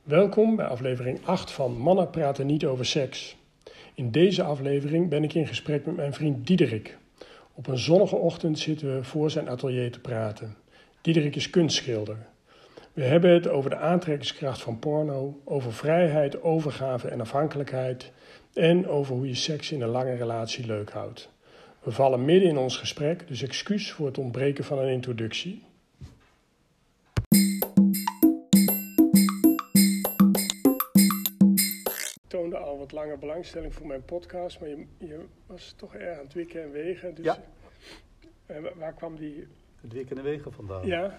Welkom bij aflevering 8 van Mannen praten niet over seks. In deze aflevering ben ik in gesprek met mijn vriend Diederik. Op een zonnige ochtend zitten we voor zijn atelier te praten. Diederik is kunstschilder. We hebben het over de aantrekkingskracht van porno, over vrijheid, overgave en afhankelijkheid en over hoe je seks in een lange relatie leuk houdt. We vallen midden in ons gesprek, dus excuus voor het ontbreken van een introductie. Ik toonde al wat langer belangstelling voor mijn podcast, maar je was toch erg aan het wikken en wegen. Dus ja. Waar kwam die... Het wikken en wegen vandaan? Ja.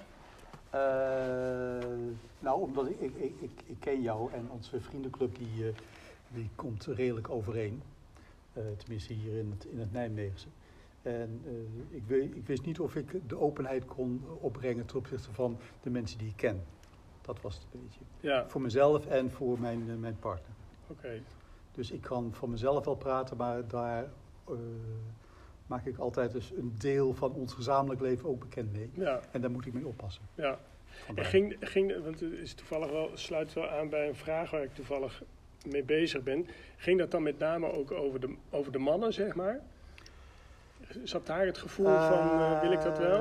Omdat ik ken jou en onze vriendenclub die komt redelijk overeen. Tenminste hier in het Nijmeegse. En ik wist niet of ik de openheid kon opbrengen ten opzichte van de mensen die ik ken. Dat was het een beetje. Ja. Voor mezelf en voor mijn partner. Oké. Dus ik kan van mezelf wel praten, maar daar maak ik altijd dus een deel van ons gezamenlijk leven ook bekend mee. Ja. En daar moet ik mee oppassen. Ja. En want het is toevallig sluit wel aan bij een vraag waar ik toevallig mee bezig ben. Ging dat dan met name ook over de mannen, zeg maar? Zat daar het gevoel van, wil ik dat wel?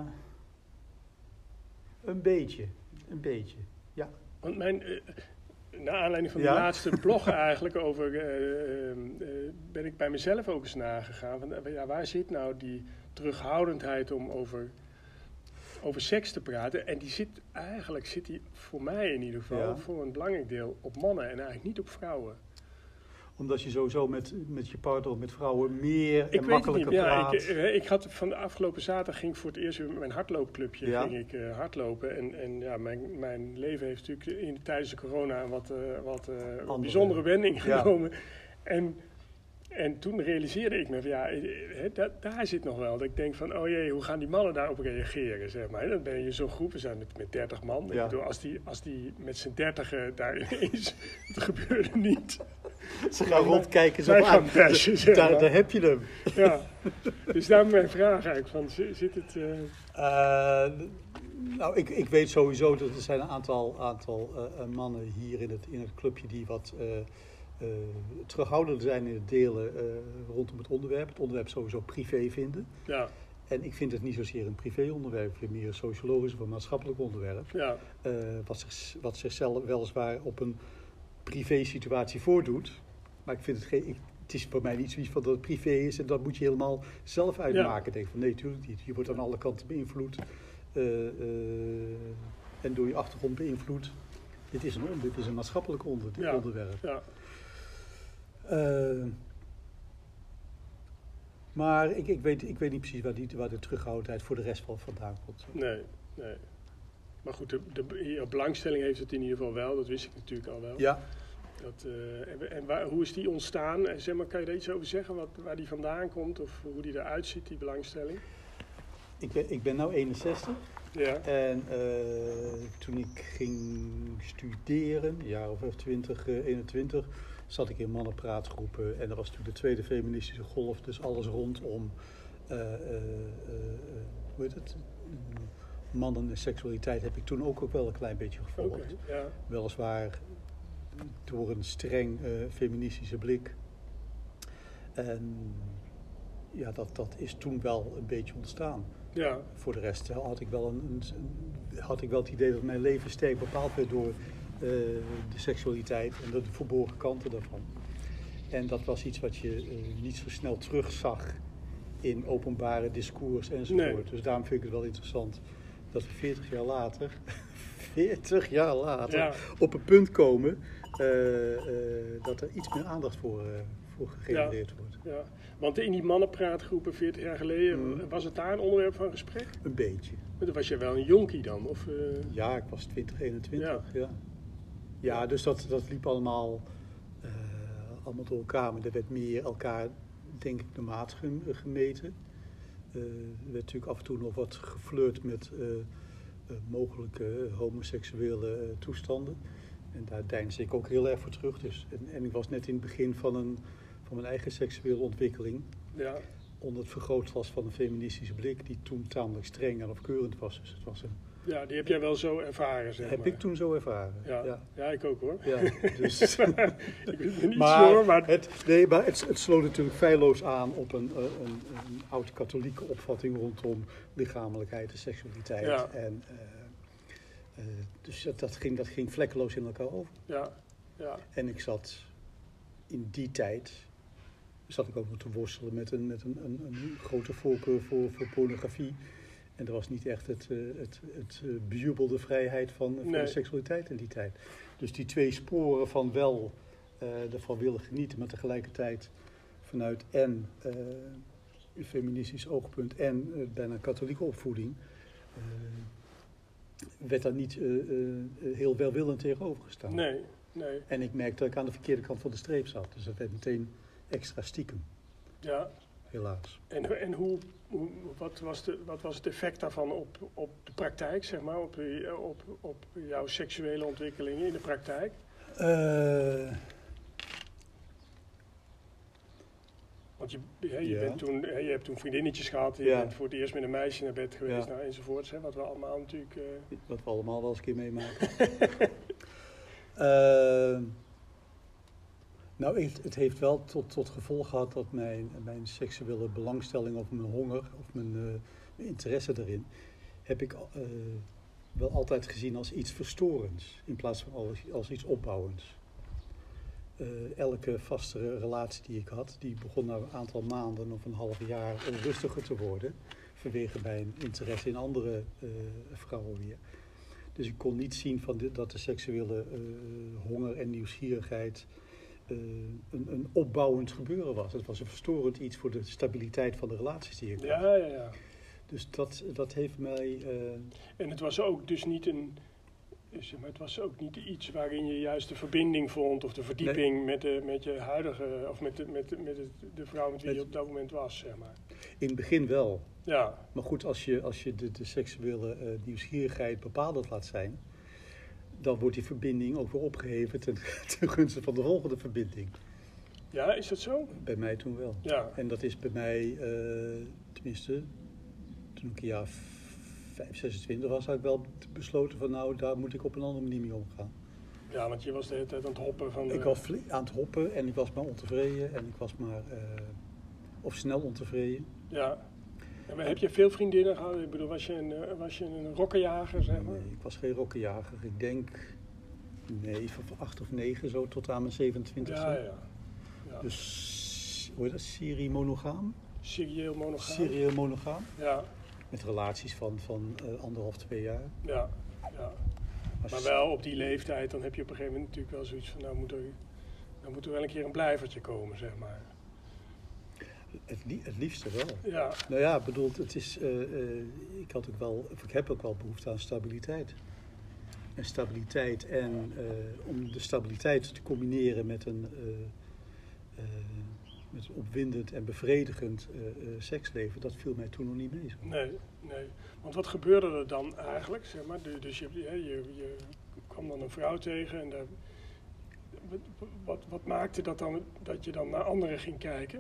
Een beetje, ja. Want naar aanleiding van die laatste blog eigenlijk ben ik bij mezelf ook eens nagegaan. Van, waar zit nou die terughoudendheid om over seks te praten? En die zit die voor mij in ieder geval voor een belangrijk deel op mannen en eigenlijk niet op vrouwen. Omdat je sowieso met je partner of met vrouwen meer en makkelijker praat. Ik had van de afgelopen zaterdag ging ik voor het eerst weer met mijn hardloopclubje ging ik hardlopen. En mijn leven heeft natuurlijk tijdens de corona een wat bijzondere wending genomen. En toen realiseerde ik me van daar zit nog wel. Dat ik denk van, oh jee, hoe gaan die mannen daarop reageren, zeg maar. Dan ben je zo'n groep, we zijn met 30 man. Ja. Ik bedoel, als die met z'n 30 daar ineens, dat gebeurde niet. Ze gaan rondkijken, daar heb je hem. Ja, dus daar mijn vraag eigenlijk van, zit het... Ik weet sowieso dat er zijn een aantal mannen hier in het clubje die wat... terughoudend zijn in het delen rondom het onderwerp. Het onderwerp sowieso privé vinden. Ja. En ik vind het niet zozeer een privé-onderwerp. Ik vind het meer een sociologisch of een maatschappelijk onderwerp. Ja. Wat zichzelf weliswaar op een privé-situatie voordoet. Maar ik vind het is voor mij niet zoiets van dat het privé is en dat moet je helemaal zelf uitmaken. Ja. Ik denk van nee, natuurlijk niet. Je wordt aan alle kanten beïnvloed. En door je achtergrond beïnvloed. Dit is een maatschappelijk onderwerp. Ja. Maar ik weet niet precies waar de terughoudendheid voor de rest van vandaan komt. Nee. Maar goed, de belangstelling heeft het in ieder geval wel. Dat wist ik natuurlijk al wel. Ja. Hoe is die ontstaan? Zeg maar, kan je daar iets over zeggen? Waar die vandaan komt of hoe die eruit ziet, die belangstelling? Ik ben nu 61. Ja. En toen ik ging studeren, een jaar of 20, 21, zat ik in mannenpraatgroepen. En dat was natuurlijk de tweede feministische golf. Dus alles rondom mannen en seksualiteit heb ik toen ook wel een klein beetje gevolgd. Okay, ja. Weliswaar door een streng feministische blik. En ja, dat is toen wel een beetje ontstaan. Ja. Voor de rest had ik wel het idee dat mijn leven sterk bepaald werd door de seksualiteit en de verborgen kanten daarvan. En dat was iets wat je niet zo snel terugzag in openbare discours enzovoort. Nee. Dus daarom vind ik het wel interessant dat we 40 jaar later op een punt komen dat er iets meer aandacht voor gegenereerd wordt. Ja. Want in die mannenpraatgroepen 40 jaar geleden, was het daar een onderwerp van gesprek? Een beetje. Maar dan was je wel een jonkie dan? Of, Ja, ik was 20, 21. Ja, dus dat liep allemaal door elkaar. Maar er werd meer elkaar, denk ik, de maat gemeten. Er werd natuurlijk af en toe nog wat geflirt met mogelijke homoseksuele toestanden. En daar deinsde ik ook heel erg voor terug. Dus, en ik was net in het begin van mijn eigen seksuele ontwikkeling. Ja. Onder het vergrootglas van een feministische blik die toen tamelijk streng en afkeurend was. Dus het was Ja, die heb jij wel zo ervaren, zeg maar. Heb ik toen zo ervaren. Ja, ik ook hoor. Ja, dus. Ik ben niet zo, maar... Het sloot natuurlijk feilloos aan op een oud-katholieke opvatting rondom lichamelijkheid en seksualiteit. Ja. En, dus dat ging vlekkeloos in elkaar over. Ja. En ik zat in die tijd... zat ik ook nog te worstelen met een grote voorkeur voor pornografie. En dat was niet echt het bejubelde vrijheid van de seksualiteit in die tijd. Dus die twee sporen van wel ervan willen genieten, maar tegelijkertijd vanuit een feministisch oogpunt en bijna katholieke opvoeding, werd daar niet heel welwillend tegenover gestaan. Nee. En ik merkte dat ik aan de verkeerde kant van de streep zat. Dus dat werd meteen extra stiekem. Ja. Helaas. En wat was het effect daarvan op de praktijk, zeg maar, op jouw seksuele ontwikkelingen in de praktijk? Want je hebt toen vriendinnetjes gehad, je bent voor het eerst met een meisje naar bed geweest, enzovoorts, hè, wat we allemaal natuurlijk... Wat we allemaal wel eens een keer meemaken. Nou, het heeft wel tot gevolg gehad dat mijn seksuele belangstelling of mijn honger of mijn interesse daarin heb ik wel altijd gezien als iets verstorends in plaats van als iets opbouwends. Elke vaste relatie die ik had, die begon na een aantal maanden of een half jaar onrustiger te worden vanwege mijn interesse in andere vrouwen weer. Dus ik kon niet zien dat de seksuele honger en nieuwsgierigheid een opbouwend gebeuren was. Het was een verstorend iets voor de stabiliteit van de relaties die ik had. Ja. Dus dat heeft mij... En het was ook dus niet het was ook niet iets waarin je juist de verbinding vond of de verdieping met je huidige, of met de vrouw met wie je op dat moment was, zeg maar. In het begin wel. Ja. Maar goed, als je de seksuele nieuwsgierigheid bepalend laat zijn, dan wordt die verbinding ook weer opgeheven ten gunste van de volgende verbinding. Ja, is dat zo? Bij mij toen wel. Ja. En dat is bij mij, tenminste, toen ik een jaar 5, 26 was, had ik wel besloten van nou, daar moet ik op een andere manier mee omgaan. Ja, want je was de hele tijd aan het hoppen van... Ik was aan het hoppen en ik was maar ontevreden en ik was maar, of snel ontevreden. Ja. Maar heb je veel vriendinnen gehad? Ik bedoel, was je een rokkenjager, zeg maar? Nee, ik was geen rokkenjager. Ik denk, van 8 of 9 zo tot aan mijn 27e. Ja. Dus, hoe heet dat? Serieel monogaam? Serieel monogaam. Ja. Met relaties van 1,5, 2 jaar. Ja. Maar wel op die leeftijd, dan heb je op een gegeven moment natuurlijk wel zoiets van, nou moet er wel een keer een blijvertje komen, zeg maar. Het liefste wel. Ja. Nou ja, bedoel, het is, ik heb ook wel behoefte aan stabiliteit. En stabiliteit om de stabiliteit te combineren met een opwindend en bevredigend seksleven, dat viel mij toen nog niet mee. Zo. Nee. Want wat gebeurde er dan eigenlijk, zeg maar? Dus je kwam dan een vrouw tegen en wat maakte dat dan, dat je dan naar anderen ging kijken?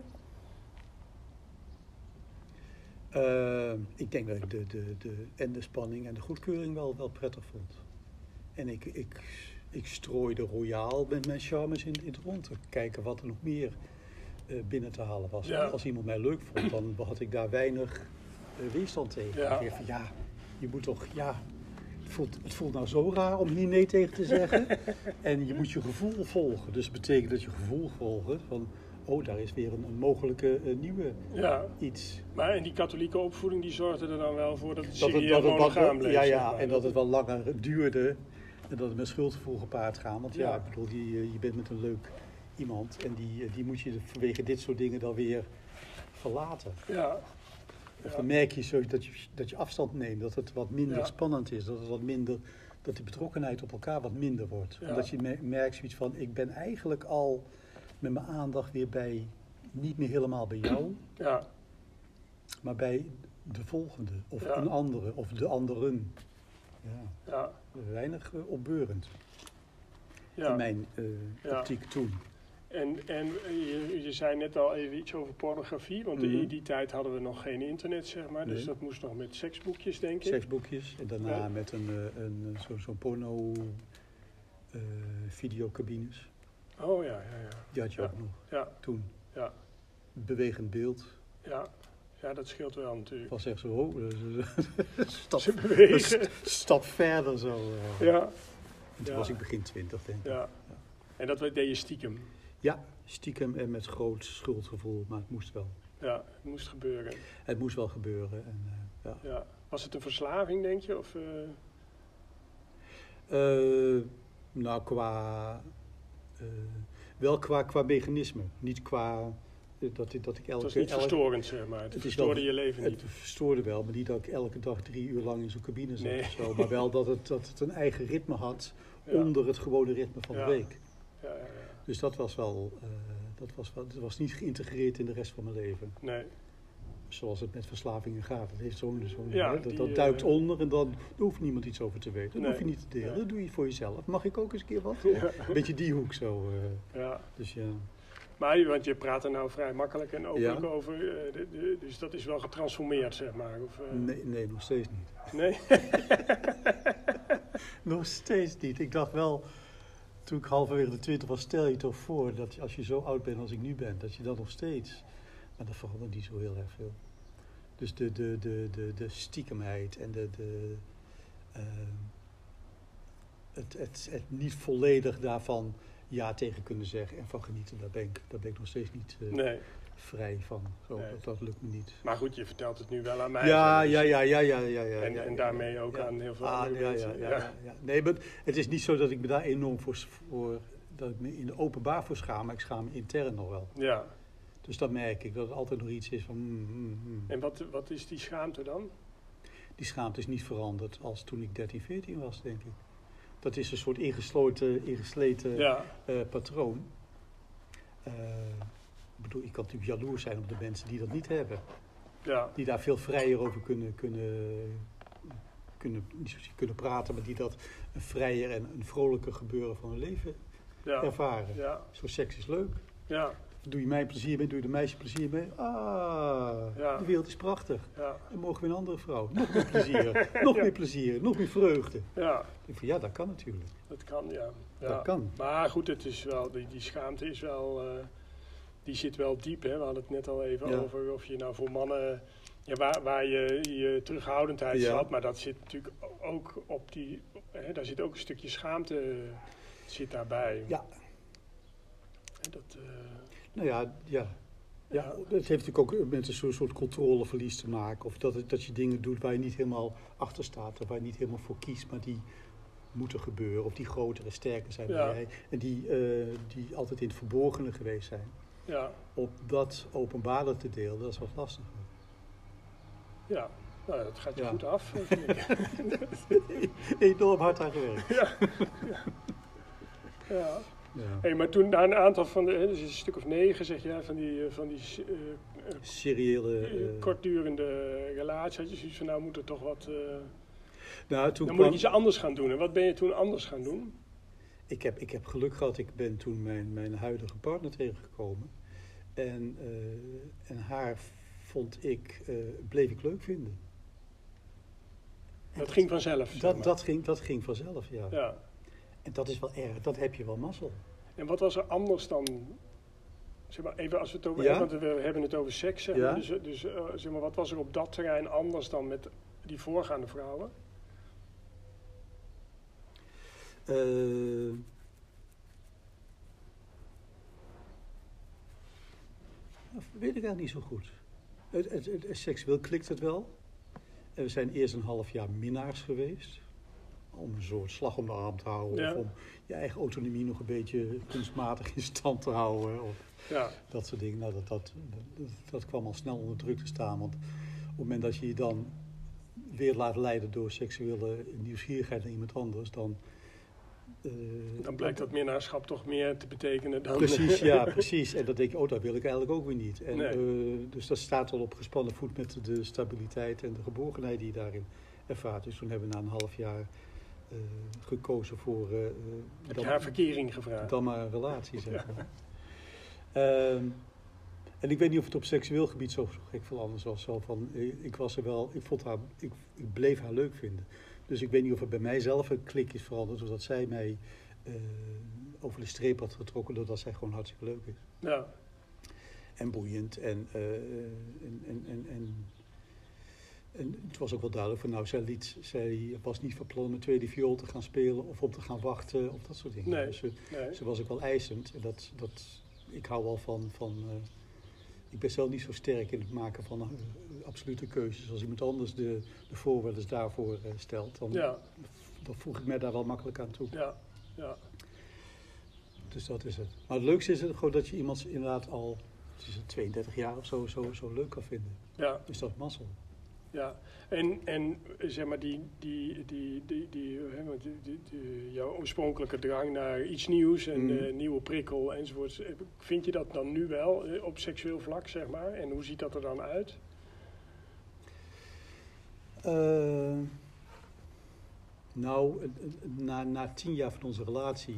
Ik denk dat ik de spanning en de goedkeuring wel prettig vond. En ik strooide royaal met mijn charmes in het rond. Te kijken wat er nog meer binnen te halen was. Ja. Als iemand mij leuk vond, dan had ik daar weinig weerstand tegen. Ja. Ik dacht van je moet toch, het voelt nou zo raar om hier nee tegen te zeggen. En je moet je gevoel volgen. Dus dat betekent dat je gevoel volgt van... daar is weer een mogelijke nieuwe iets. Maar en die katholieke opvoeding die zorgde er dan wel voor dat het serieus monogaam bleef? Ja, en dat het wel langer duurde en dat het met schuldgevoel gepaard gaat. Want ik bedoel, je bent met een leuk iemand en die moet je vanwege dit soort dingen dan weer verlaten. Ja. Of dan merk je zo dat je afstand neemt, dat het wat minder spannend is, dat het wat minder, dat die betrokkenheid op elkaar wat minder wordt. Ja. Omdat je merkt zoiets van, ik ben eigenlijk al met mijn aandacht weer niet meer helemaal bij jou, maar bij de volgende, of een andere, of de anderen. Ja. Weinig opbeurend. In mijn optiek toen. En je zei net al even iets over pornografie, want in die tijd hadden we nog geen internet, zeg maar. Dus dat moest nog met seksboekjes, denk ik. Seksboekjes en daarna met zo'n porno videocabines. Oh ja. Die had je ook nog toen. Ja. Bewegend beeld. Ja, dat scheelt wel natuurlijk. Het was echt zo, stap verder zo. En toen was ik begin 20, denk ik. Ja. En dat deed je stiekem? Ja, stiekem en met groot schuldgevoel, maar het moest wel. Ja, het moest gebeuren. Het moest wel gebeuren. En, Was het een verslaving, denk je? Of, nou, wel qua mechanisme. Niet qua dat ik elke... Het was niet verstorend, zeg maar. Het verstoorde je leven niet. Het verstoorde wel, maar niet dat ik elke dag 3 uur lang in zo'n cabine zat of zo. Maar wel dat het een eigen ritme had onder het gewone ritme van de week. Ja. Dus dat was wel... Het was niet geïntegreerd in de rest van mijn leven. Nee. Zoals het met verslavingen gaat. Het heeft dat duikt onder en dan hoeft niemand iets over te weten. Dat hoef je niet te delen. Dat doe je voor jezelf. Mag ik ook eens een keer wat? Een beetje die hoek zo. Dus ja. Maar, want je praat er nou vrij makkelijk en openlijk over. Dus dat is wel getransformeerd, zeg maar. Of, Nee, nog steeds niet. Nee? Nog steeds niet. Ik dacht wel, toen ik halverwege de 20 was, stel je toch voor dat als je zo oud bent als ik nu ben, dat je dan nog steeds... Maar dat verandert niet zo heel erg veel. Dus de stiekemheid en het niet volledig daarvan ja tegen kunnen zeggen en van genieten, daar ben ik nog steeds niet vrij van. Dat lukt me niet. Maar goed, je vertelt het nu wel aan mij. Ja. En daarmee ook aan heel veel andere mensen. Ja. Nee, maar het is niet zo dat ik me daar enorm voor dat ik me in de openbaar voor schaam, maar ik schaam me intern nog wel. Ja. Dus dat merk ik, dat het altijd nog iets is van... En wat is die schaamte dan? Die schaamte is niet veranderd als toen ik 13, 14 was, denk ik. Dat is een soort ingesleten patroon. Ik kan natuurlijk jaloers zijn op de mensen die dat niet hebben. Ja. Die daar veel vrijer over kunnen praten, maar die dat een vrijer en een vrolijker gebeuren van hun leven ervaren. Ja. Zo seks is leuk. Ja. Doe je mij plezier mee, doe je de meisje plezier mee. De wereld is prachtig. Ja. En mogen we een andere vrouw. Nog meer plezier, nog meer plezier, nog meer vreugde. Ja. Ik van, dat kan natuurlijk. Dat kan, ja. Dat kan. Maar goed, het is wel, die schaamte is wel, die zit wel diep. Hè? We hadden het net al even over of je nou voor mannen, waar je terughoudendheid zat. Maar dat zit natuurlijk ook op die, daar zit ook een stukje schaamte zit daarbij. Ja. En dat... Ja, het heeft natuurlijk ook met een soort controleverlies te maken. Of dat je dingen doet waar je niet helemaal achter staat. Of waar je niet helemaal voor kiest, maar die moeten gebeuren. Of die groter en sterker zijn dan jij. En die altijd in het verborgene geweest zijn. Ja. Op dat openbaarder te delen, dat is wat lastiger. Ja, nou, dat gaat je goed af. Enorm hard aan gewerkt. Ja. Hey, maar toen na een aantal van dus een stuk of 9 zeg je, van die seriële kortdurende relatie, had je zoiets van, nou moet er toch wat... toen moet ik iets anders gaan doen. En wat ben je toen anders gaan doen? Ik heb geluk gehad, ik ben toen mijn huidige partner tegengekomen. En haar bleef ik leuk vinden. Dat ging vanzelf? Dat ging vanzelf, ja. En dat is wel erg, dat heb je wel mazzel. En wat was er anders dan, zeg maar, even als we het over hebben, want we hebben het over seks, zeg maar. Dus zeg maar, wat was er op dat terrein anders dan met die voorgaande vrouwen? Weet ik eigenlijk niet zo goed. Seksueel klikt het wel. En we zijn eerst een half jaar minnaars geweest. Om een soort slag om de arm te houden. Of om je eigen autonomie nog een beetje kunstmatig in stand te houden. Of dat soort dingen. Nou, dat kwam al snel onder druk te staan. Want op het moment dat je je dan weer laat leiden door seksuele nieuwsgierigheid naar iemand anders, dan blijkt dat minnaarschap toch meer te betekenen dan... Precies. En dan denk je, dat wil ik eigenlijk ook weer niet. En, dus dat staat al op gespannen voet met de stabiliteit en de geborgenheid die je daarin ervaart. Dus toen hebben we na een half jaar gekozen voor... Heb je haar verkering gevraagd? Dan maar een relatie, zeg maar. En ik weet niet of het op seksueel gebied zo gek veel anders was. Zo van, ik bleef haar leuk vinden. Dus ik weet niet of het bij mij zelf een klik is veranderd, zodat zij mij over de streep had getrokken, doordat zij gewoon hartstikke leuk is. Ja. En boeiend. En het was ook wel duidelijk van, nou, zij was niet van plan met tweede viool te gaan spelen of op te gaan wachten of dat soort dingen. Nee, Dus ze was ook wel eisend. En ik hou wel van ik ben zelf niet zo sterk in het maken van absolute keuzes. Als iemand anders de voorwaarden daarvoor stelt, dan voeg ik mij daar wel makkelijk aan toe. Ja, ja. Dus dat is het. Maar het leukste is het gewoon dat je iemand inderdaad al 32 jaar of zo leuk kan vinden. Ja. Dus dat is mazzel. Ja, en zeg maar jouw oorspronkelijke drang naar iets nieuws en nieuwe prikkel enzovoort. Vind je dat dan nu wel op seksueel vlak, zeg maar? En hoe ziet dat er dan uit? Nou, na 10 jaar van onze relatie,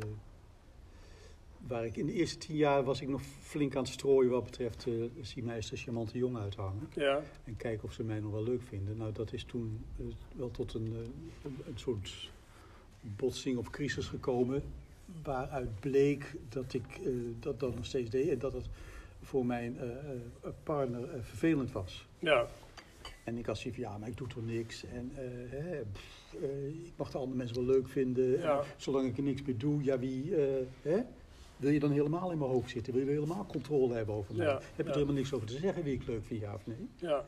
waar ik in de eerste 10 jaar was ik nog flink aan het strooien wat betreft zie mij eens de charmante jongen uithangen. Ja. En kijken of ze mij nog wel leuk vinden. Nou, dat is toen wel tot een soort botsing of crisis gekomen, waaruit bleek dat ik dat nog steeds deed en dat het voor mijn partner vervelend was. Ja. En ik had zoiets van, ja, maar ik doe toch niks. En ik mag de andere mensen wel leuk vinden. Ja. Zolang ik er niks meer doe, ja, wil je dan helemaal in mijn hoofd zitten? Wil je helemaal controle hebben over mij? Ja. Heb je er helemaal niks over te zeggen wie ik leuk vind, ja of nee? Ja.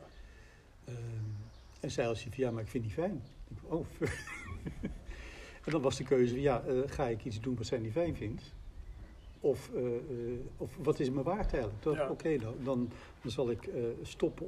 En zij als van, ja, maar ik vind die fijn. Ik, oh. En dan was de keuze van, ja, ga ik iets doen wat zij niet fijn vindt? Of wat is het me waard eigenlijk? Ja. Oké, dan zal ik stoppen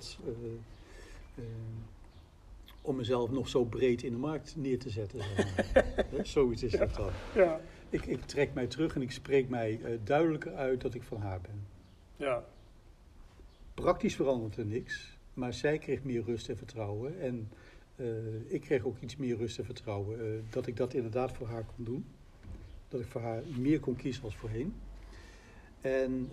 om mezelf nog zo breed in de markt neer te zetten. Zoiets is dat dan. Ja. Ik trek mij terug en ik spreek mij duidelijker uit dat ik van haar ben. Ja. Praktisch verandert er niks, maar zij kreeg meer rust en vertrouwen. En ik kreeg ook iets meer rust en vertrouwen dat ik dat inderdaad voor haar kon doen. Dat ik voor haar meer kon kiezen als voorheen. En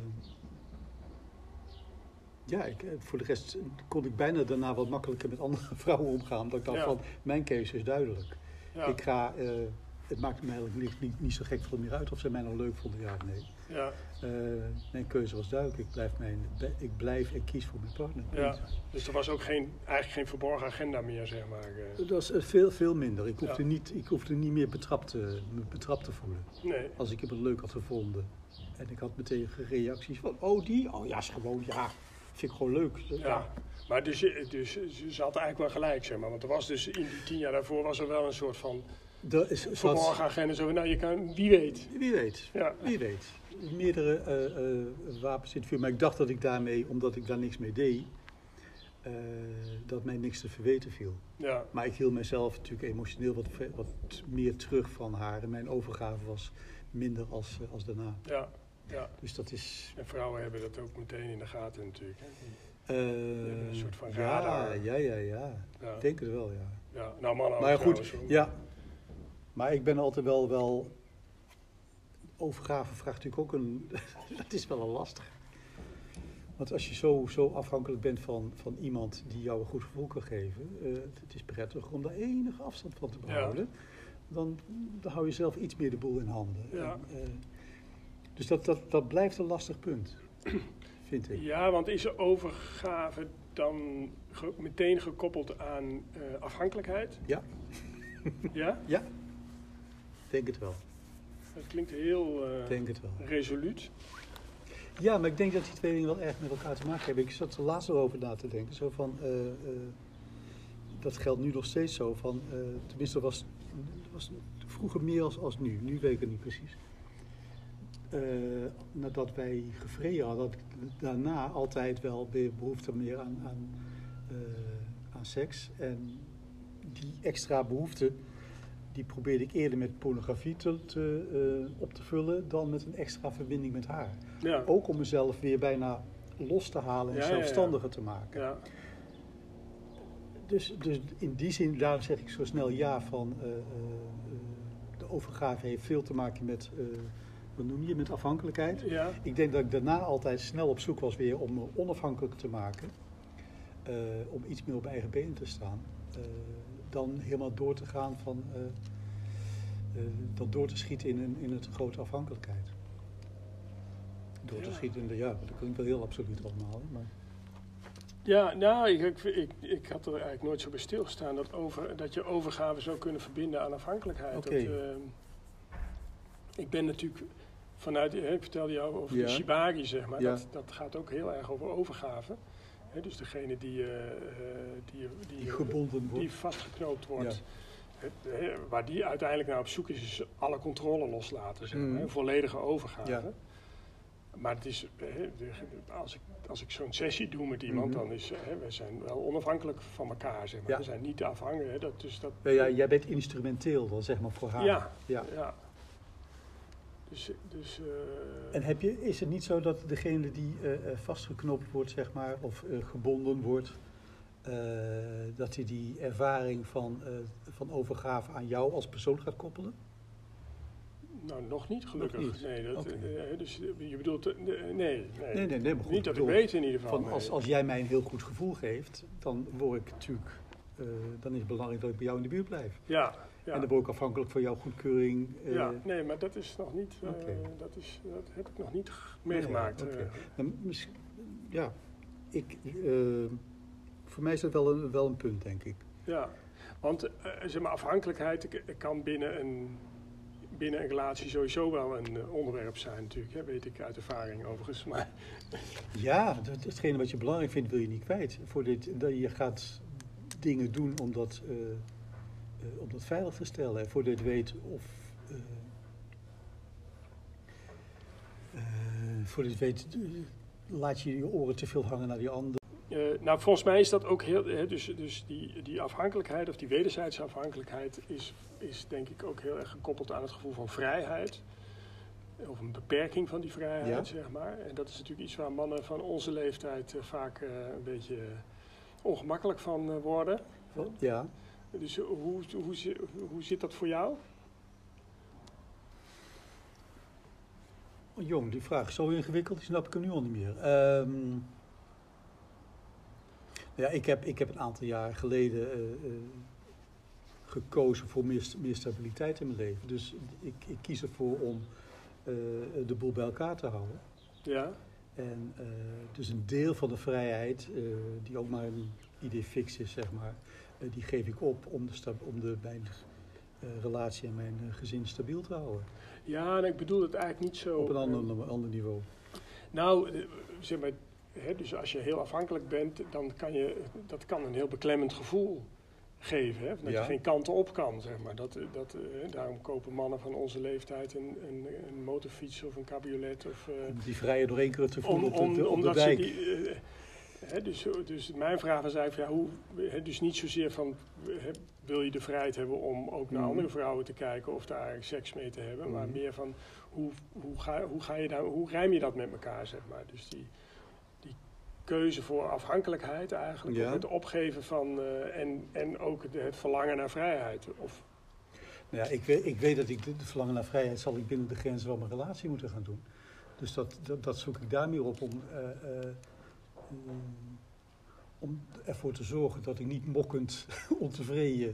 voor de rest kon ik bijna daarna wat makkelijker met andere vrouwen omgaan. Dat ik dacht van, mijn keuze is duidelijk. Ja. Het maakt me eigenlijk niet zo gek veel meer uit of ze mij nou leuk vonden, ja of nee. Ja. Mijn keuze was duidelijk. Ik blijf en kies voor mijn partner. Ja. Dus er was ook eigenlijk geen verborgen agenda meer, zeg maar. Dat was veel minder. Ik hoefde niet meer betrapt te voelen. Nee. Als ik hem leuk had gevonden. En ik had meteen reacties van, oh die? Oh ja, is gewoon, ja, vind ik gewoon leuk. Ja. Maar dus ze had eigenlijk wel gelijk, zeg maar. Want er was dus in die 10 jaar daarvoor was er wel een soort van verborgen agenda. Zo, nou, je kan, wie weet. Wie weet. Ja. Wie weet. Meerdere wapens in het vuur. Maar ik dacht dat ik daarmee, omdat ik daar niks mee deed, dat mij niks te verweten viel. Ja. Maar ik hield mezelf natuurlijk emotioneel wat meer terug van haar. En mijn overgave was minder als daarna. Ja. Ja. Dus dat is... En vrouwen hebben dat ook meteen in de gaten natuurlijk. Hè? Een soort van radar. Ja. Ik denk het wel, ja. Ja, nou mannen ook. Maar goed, ja. Maar ik ben altijd wel... Overgave vraagt natuurlijk ook dat is wel een lastig. Want als je zo afhankelijk bent van iemand die jou een goed gevoel kan geven... het is prettig om daar enige afstand van te behouden. Ja. Dan hou je zelf iets meer de boel in handen. Ja. Dus dat blijft een lastig punt, vind ik. Ja, want is overgave dan meteen gekoppeld aan afhankelijkheid? Ja. Ja? Ja, denk het wel. Dat klinkt heel denk het wel. Resoluut. Ja, maar ik denk dat die twee dingen wel erg met elkaar te maken hebben. Ik zat er laatst over na te denken. Zo van, dat geldt nu nog steeds zo. Van, tenminste, was vroeger meer als nu. Nu weet ik het niet precies. Nadat wij gevreden hadden, had ik daarna altijd wel weer behoefte meer aan seks. En die extra behoefte, die probeerde ik eerder met pornografie op te vullen dan met een extra verbinding met haar. Ja. Ook om mezelf weer bijna los te halen en zelfstandiger te maken. Ja. Dus in die zin, daarom zeg ik zo snel ja van de overgave heeft veel te maken met wat noem je, met afhankelijkheid. Ja. Ik denk dat ik daarna altijd snel op zoek was weer om me onafhankelijk te maken. Om iets meer op eigen benen te staan. Dan helemaal door te gaan van... door te schieten in het grote afhankelijkheid. Door te schieten in de... Ja, dat klinkt wel heel absoluut allemaal. Maar... Ja, nou, ik had er eigenlijk nooit zo bij stilgestaan dat je overgave zou kunnen verbinden aan afhankelijkheid. Okay. Ik ben natuurlijk vanuit, ik vertelde jou over de shibari, zeg maar. Ja. Dat gaat ook heel erg over overgave. Dus degene die gebonden wordt, die vastgeknoopt wordt. Ja. Waar die uiteindelijk naar op zoek is alle controle loslaten, zeg maar. Volledige overgave. Ja. Maar het is, als ik zo'n sessie doe met iemand, dan is, we zijn wel onafhankelijk van elkaar, zeg maar. Ja. We zijn niet te afhangen. Jij bent instrumenteel dan, zeg maar, voor haar. Ja. En is het niet zo dat degene die vastgeknoopt wordt, zeg maar, of gebonden wordt, dat hij die ervaring van overgave aan jou als persoon gaat koppelen? Nou, nog niet, gelukkig. Nog niet. Nee, dus je bedoelt... Nee, maar goed, niet dat ik weet in ieder geval. Als jij mij een heel goed gevoel geeft, dan word ik natuurlijk... dan is het belangrijk dat ik bij jou in de buurt blijf. Ja. En dan word ik afhankelijk van jouw goedkeuring. Nee, maar dat is nog niet... dat heb ik nog niet meegemaakt. Voor mij is dat wel een punt, denk ik. Ja, want zeg maar, afhankelijkheid kan binnen een relatie sowieso wel een onderwerp zijn natuurlijk. Hè? Weet ik uit ervaring overigens. Maar... Ja, hetgene wat je belangrijk vindt wil je niet kwijt. Je gaat dingen doen om dat veilig te stellen. Voordat je weet of... voordat je weet, laat je oren te veel hangen naar die ander. Nou, volgens mij is dat ook heel... Dus die afhankelijkheid of die wederzijdse afhankelijkheid is denk ik ook heel erg gekoppeld aan het gevoel van vrijheid. Of een beperking van die vrijheid, zeg maar. En dat is natuurlijk iets waar mannen van onze leeftijd vaak een beetje ongemakkelijk van worden. Ja. Dus hoe zit dat voor jou? Oh, jong, die vraag is zo ingewikkeld, die snap ik er nu al niet meer. Ik heb een aantal jaar geleden gekozen voor meer stabiliteit in mijn leven. Dus ik kies ervoor om de boel bij elkaar te houden. Ja. En dus een deel van de vrijheid, die ook maar een idee fix is, zeg maar, die geef ik op om mijn relatie en mijn gezin stabiel te houden. Ja, en ik bedoel het eigenlijk niet zo... Op een ander niveau. Nou, zeg maar... dus als je heel afhankelijk bent, dan dat kan een heel beklemmend gevoel geven. Hè? Dat je geen kanten op kan, zeg maar. Daarom kopen mannen van onze leeftijd een motorfiets of een cabriolet. Om die vrije door één keer te voelen op de dijk. Dus mijn vraag was eigenlijk, dus niet zozeer van... wil je de vrijheid hebben om ook naar andere vrouwen te kijken of daar eigenlijk seks mee te hebben. Maar meer van, hoe rijm je dat met elkaar, zeg maar. Dus die keuze voor afhankelijkheid eigenlijk. Ja. Het opgeven van en ook het verlangen naar vrijheid. Of... Nou ja, ik weet dat ik het verlangen naar vrijheid zal ik binnen de grenzen van mijn relatie moeten gaan doen. Dus dat zoek ik daar meer op om ervoor te zorgen dat ik niet mokkend, ontevreden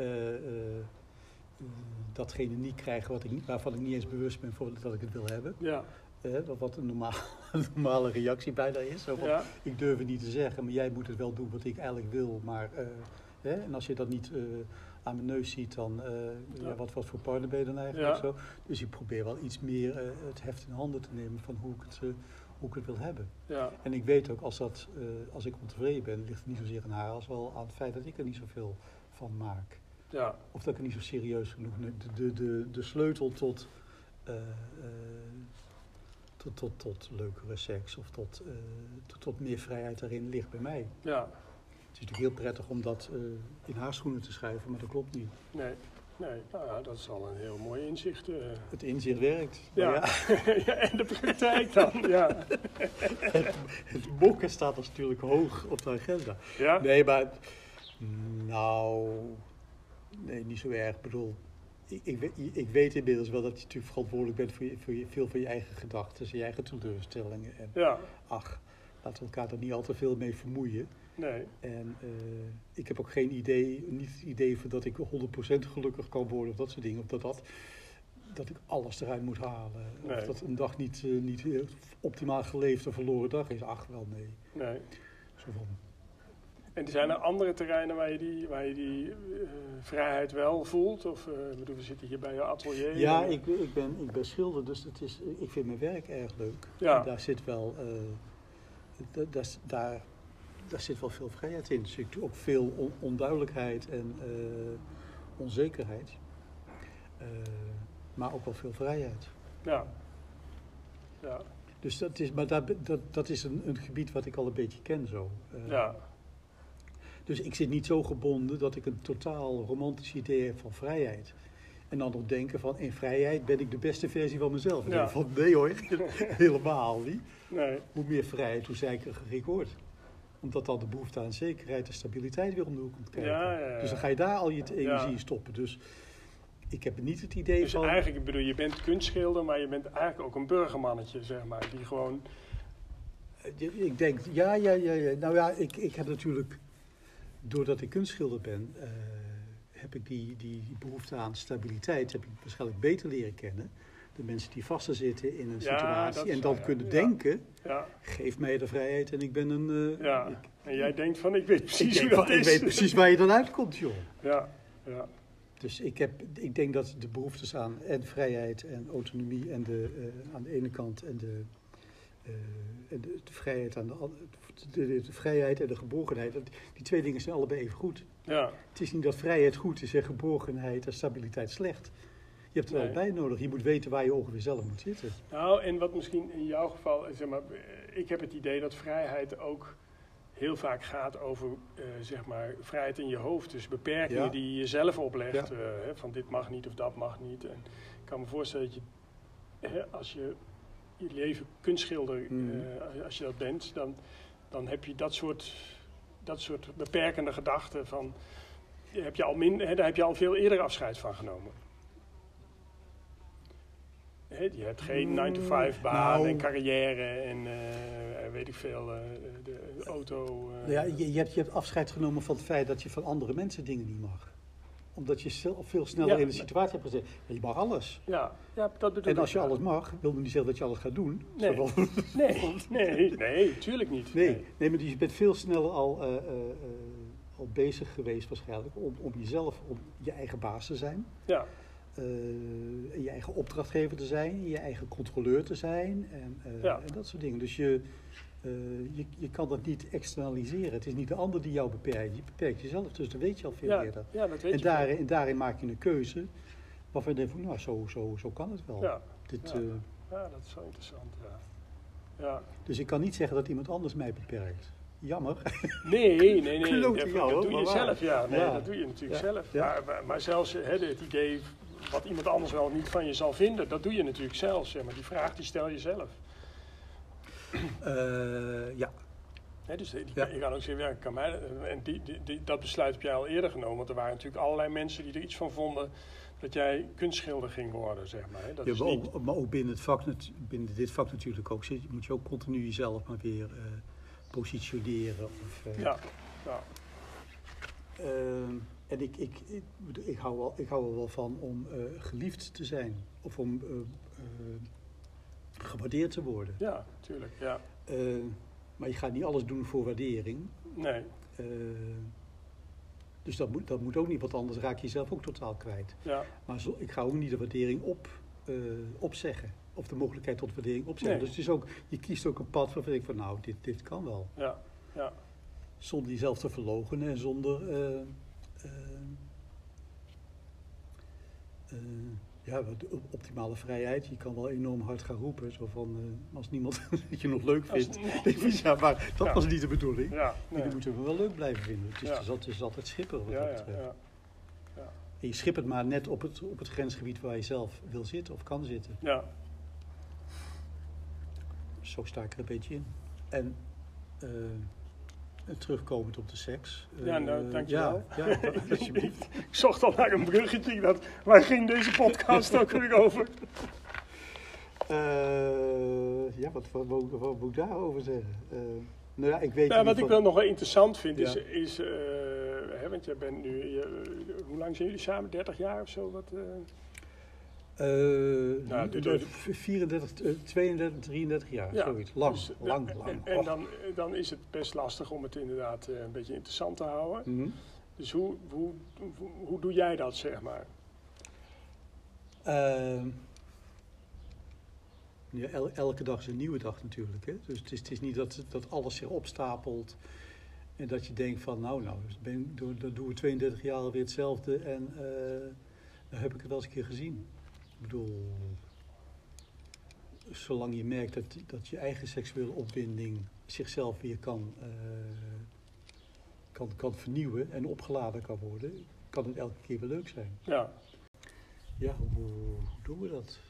datgene niet krijg waarvan ik niet eens bewust ben dat ik het wil hebben. Ja. Wat een normale reactie bijna is. Zo van, ik durf het niet te zeggen, maar jij moet het wel doen wat ik eigenlijk wil. Maar, en als je dat niet aan mijn neus ziet, dan wat voor partner ben je dan eigenlijk? Zo. Dus ik probeer wel iets meer het heft in handen te nemen van hoe ik het wil hebben. Ja. En ik weet ook, als ik ontevreden ben, ligt het niet zozeer aan haar als wel aan het feit dat ik er niet zoveel van maak. Ja. Of dat ik het niet zo serieus genoeg neem. De sleutel tot leukere seks of tot meer vrijheid daarin ligt bij mij. Ja. Het is natuurlijk heel prettig om dat in haar schoenen te schrijven, maar dat klopt niet. Nee, nou ja, dat is al een heel mooi inzicht. Het inzicht werkt. Ja. En de praktijk dan, ja. Het bokken staat natuurlijk hoog op de agenda. Ja? Nee, maar... Nou... Nee, niet zo erg. Ik bedoel... ik weet inmiddels wel dat je natuurlijk verantwoordelijk bent voor veel van je eigen gedachten, je eigen teleurstellingen. En ach, laten we elkaar er niet al te veel mee vermoeien. Nee. En ik heb ook geen idee, niet het idee van dat ik 100% gelukkig kan worden of dat soort dingen. Of dat ik alles eruit moet halen. Nee. Of dat een dag niet optimaal geleefd of verloren dag is. Ach, wel nee. Nee. Zo van. En zijn er andere terreinen waar je die vrijheid wel voelt? Of we zitten hier bij je atelier. Ja, ik ben schilder, dus ik vind mijn werk erg leuk. Ja. En daar zit wel, daar zit wel veel vrijheid in. Dus ook veel onduidelijkheid en onzekerheid. Maar ook wel veel vrijheid. Ja. Ja. Dus dat is een gebied wat ik al een beetje ken zo. Ja. Dus ik zit niet zo gebonden dat ik een totaal romantisch idee heb van vrijheid. En dan nog denken van, in vrijheid ben ik de beste versie van mezelf. En denk van, nee hoor, helemaal niet. Nee. Hoe meer vrijheid, hoe zeker ik word. Omdat dan de behoefte aan zekerheid en stabiliteit weer om de hoek komt kijken. Ja. Dus dan ga je daar al je energie in stoppen. Dus ik heb niet het idee dus van... Dus eigenlijk, ik bedoel, je bent kunstschilder, maar je bent eigenlijk ook een burgermannetje, zeg maar. Die gewoon... Ik denk, ja. Nou ja, ik heb natuurlijk... Doordat ik kunstschilder ben, heb ik die behoefte aan stabiliteit heb ik waarschijnlijk beter leren kennen. De mensen die vastzitten in een situatie en dan kunnen denken, geef mij de vrijheid en ik ben een... en jij denkt van, ik weet precies hoe dat is. Ik weet precies waar je dan uitkomt, joh. Ja. Dus ik denk dat de behoeftes aan en vrijheid en autonomie en aan de ene kant en de vrijheid aan de vrijheid en de geborgenheid, die twee dingen zijn allebei even goed. Ja. Het is niet dat vrijheid goed is en geborgenheid en stabiliteit slecht. Je hebt er allebei nodig. Je moet weten waar je ongeveer zelf moet zitten. Nou, en wat misschien in jouw geval, zeg maar, ik heb het idee dat vrijheid ook heel vaak gaat over, zeg maar, vrijheid in je hoofd. Dus beperkingen die je jezelf oplegt. Van dit mag niet of dat mag niet. En ik kan me voorstellen dat je, als je leven kunstschilder, als je dat bent, dan heb je dat soort beperkende gedachten van, daar heb je al veel eerder afscheid van genomen. Je hebt geen 9-to-5 baan en carrière en weet ik veel, de auto. Ja, je hebt afscheid genomen van het feit dat je van andere mensen dingen niet mag. Omdat je veel sneller in de situatie hebt gezet. Je mag alles. Ja, dat bedoel ik. En als je alles mag, wil dat niet zeggen dat je alles gaat doen. Nee, tuurlijk niet. Nee, maar je bent veel sneller al bezig geweest waarschijnlijk om jezelf, om je eigen baas te zijn. Ja. Je eigen opdrachtgever te zijn, je eigen controleur te zijn en dat soort dingen. Dus je kan dat niet externaliseren. Het is niet de ander die jou beperkt. Je beperkt jezelf, dus dat weet je al veel eerder. Ja, dat weet je. En daarin maak je een keuze waarvan je denkt van, nou, zo kan het wel. Ja, dat is wel interessant, ja. Dus ik kan niet zeggen dat iemand anders mij beperkt. Jammer. Nee. Dat doe je zelf, dat doe je natuurlijk zelf. Ja. Maar zelfs het idee wat iemand anders wel niet van je zal vinden, dat doe je natuurlijk zelf. Zeg maar. Die vraag die stel je zelf. Ja. Dus je kan ook zeggen, en dat besluit heb jij al eerder genomen. Want er waren natuurlijk allerlei mensen die er iets van vonden dat jij kunstschilder ging worden, zeg maar. Dat is niet... Maar ook binnen dit vak natuurlijk ook. Moet je ook continu jezelf maar weer positioneren. En ik hou er wel van om geliefd te zijn. Of om gewaardeerd te worden. Ja, tuurlijk, ja. Maar je gaat niet alles doen voor waardering. Nee. Dus dat moet ook niet, want anders raak je jezelf ook totaal kwijt. Ja. Maar ik ga ook niet de waardering opzeggen. Of de mogelijkheid tot waardering opzeggen. Nee. Dus je kiest ook een pad waarvan ik van, nou, dit kan wel. Ja. Zonder jezelf te verloochenen en zonder... de optimale vrijheid. Je kan wel enorm hard gaan roepen. Zo van, als niemand het je nog leuk vindt. Maar dat was niet de bedoeling. Ja, nee. Je moet het wel leuk blijven vinden. Het is altijd schippen. En je schipt het maar net op het grensgebied waar je zelf wil zitten of kan zitten. Ja. Zo sta ik er een beetje in. En terugkomend op de seks. Ja, nou, dankjewel. Ja, alsjeblieft. Ik zocht al naar een bruggetje. Waar ging deze podcast ook weer over? Wat moet ik daarover zeggen? Nou ja, ik weet wat ik wel nog wel interessant vind ja. is want jij bent nu, hoe lang zijn jullie samen? 30 jaar of zo? 34, 32, 33 jaar, ja, zoiets. Lang, dus, lang. En dan is het best lastig om het inderdaad een beetje interessant te houden. Mm-hmm. Dus hoe doe jij dat, zeg maar? Ja, elke dag is een nieuwe dag natuurlijk. Hè? Dus het is niet dat alles zich opstapelt en dat je denkt van dan doen we 32 jaar alweer hetzelfde en dan heb ik het wel eens een keer gezien. Ik bedoel, zolang je merkt dat je eigen seksuele opwinding zichzelf weer kan vernieuwen en opgeladen kan worden, kan het elke keer weer leuk zijn. Ja. Ja, hoe doen we dat?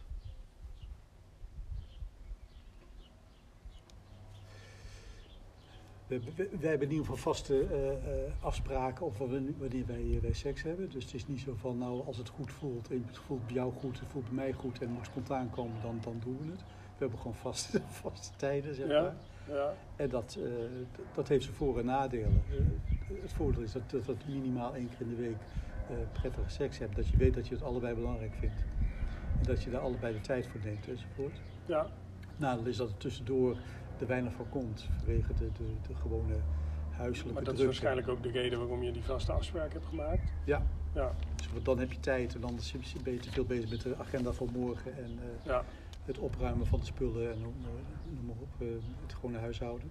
Wij hebben in ieder geval vaste afspraken of wanneer wij seks hebben. Dus het is niet zo van, als het goed voelt en het voelt bij jou goed, het voelt bij mij goed en het moet spontaan komen, dan doen we het. We hebben gewoon vaste tijden, zeg maar. Ja. En dat heeft zijn voor- en nadelen. Het voordeel is dat minimaal 1 keer in de week prettige seks hebt. Dat je weet dat je het allebei belangrijk vindt. En dat je daar allebei de tijd voor neemt enzovoort. Ja. Nadeel is dat er tussendoor er weinig van komt vanwege de gewone huiselijke druk. Maar dat is waarschijnlijk ook de reden waarom je die vaste afspraak hebt gemaakt. Ja. Dus dan heb je tijd en dan ben je te veel bezig met de agenda van morgen en het opruimen van de spullen en noem maar op, het gewone huishouden.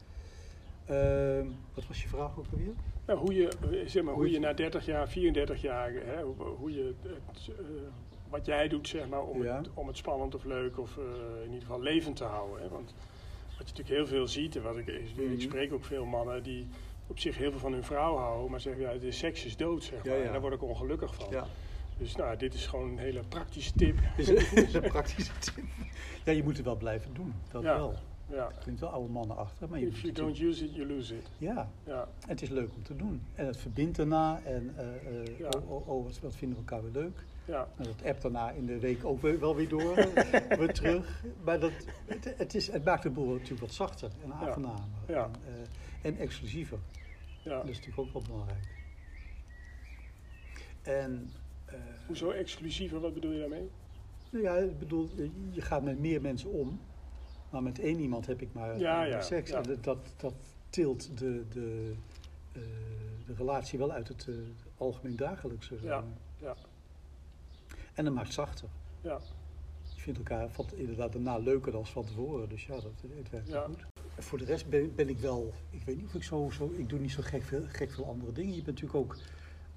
Wat was je vraag ook alweer? Nou, hoe je na 30 jaar, 34 jaar, wat jij doet, zeg maar, om het spannend of leuk of in ieder geval levend te houden. Hè? Want wat je natuurlijk heel veel ziet, en ik spreek ook veel mannen die op zich heel veel van hun vrouw houden, maar zeggen, de seks is dood, zeg maar. En daar word ik ongelukkig van. Ja. Dus dit is gewoon een hele praktische tip. Dit is een praktische tip. Ja, je moet het wel blijven doen, dat wel. Ja. Er klinkt wel oude mannen achter. Maar If you don't use it, you lose it. Ja. En het is leuk om te doen. En het verbindt daarna. En wat vinden we elkaar weer leuk. Ja. En dat appt daarna in de week ook wel weer door. weer terug. Maar het maakt de boel natuurlijk wat zachter en aangenamer. Ja. En exclusiever. Ja. Dat is natuurlijk ook wel belangrijk. En, hoezo exclusiever? Wat bedoel je daarmee? Nou ja, ik bedoel, je gaat met meer mensen om. Maar met 1 iemand heb ik maar seks. Ja. En dat tilt de relatie wel uit het algemeen dagelijkse. Ja. En dat maakt zachter. Ja. Je vindt elkaar inderdaad daarna leuker dan van tevoren. Dus het werkt goed. En voor de rest ben ik wel, ik weet niet of ik ik doe niet zo gek veel andere dingen. Je bent natuurlijk ook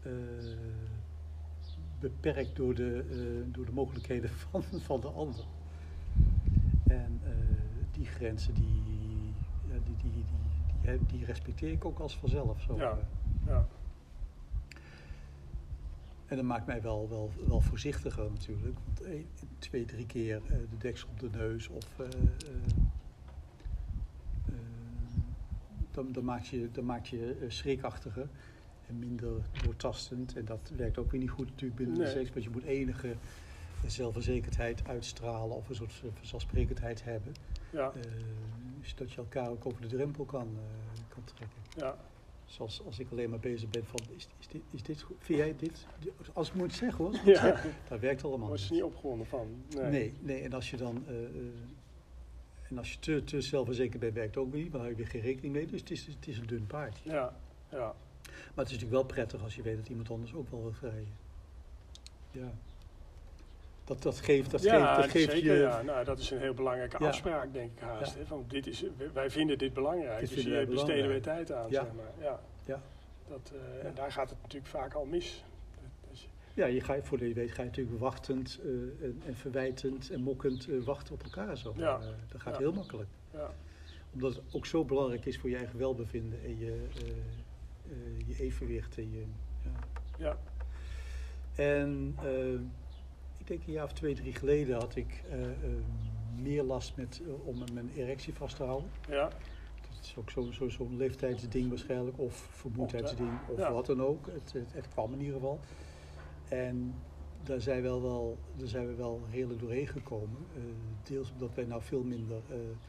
beperkt door de mogelijkheden van de ander. En die grenzen die respecteer ik ook als vanzelf. Zo. Ja. En dat maakt mij wel voorzichtiger natuurlijk. Want 2, 3 keer de deksel op de neus of dan maak je schrikachtiger en minder doortastend. En dat werkt ook weer niet goed natuurlijk binnen de seks. Want je moet enige zelfverzekerdheid uitstralen of een soort vanzelfsprekendheid hebben. Ja. Zodat je elkaar ook over de drempel kan trekken. Ja. Zoals als ik alleen maar bezig ben van, is dit goed? Vind jij dit? Als ik moet zeggen hoor. Dat werkt allemaal. Daar was je niet opgewonden van. Nee. En als je dan te zelfverzekerd bent, werkt ook niet. Dan heb je weer geen rekening mee. Dus het is een dun paardje. Ja. Maar het is natuurlijk wel prettig als je weet dat iemand anders ook wel wil vrijen. Ja. Dat geeft zeker, je... Ja. Nou, dat is een heel belangrijke afspraak, denk ik haast. Ja. Hè? Van, wij vinden dit belangrijk, dus hier besteden we tijd aan. Zeg maar. En daar gaat het natuurlijk vaak al mis. Ja, voordat je weet ga je natuurlijk wachtend en verwijtend en mokkend wachten op elkaar. Zo. Dat gaat heel makkelijk. Ja. Omdat het ook zo belangrijk is voor je eigen welbevinden en je evenwicht. En ik denk een jaar of 2, 3 geleden had ik meer last om mijn erectie vast te houden. Ja. is ook zo'n leeftijdsding waarschijnlijk, of vermoeidheidsding, of wat dan ook. Het kwam in ieder geval. En daar zijn we wel redelijk doorheen gekomen. Deels omdat wij nou veel minder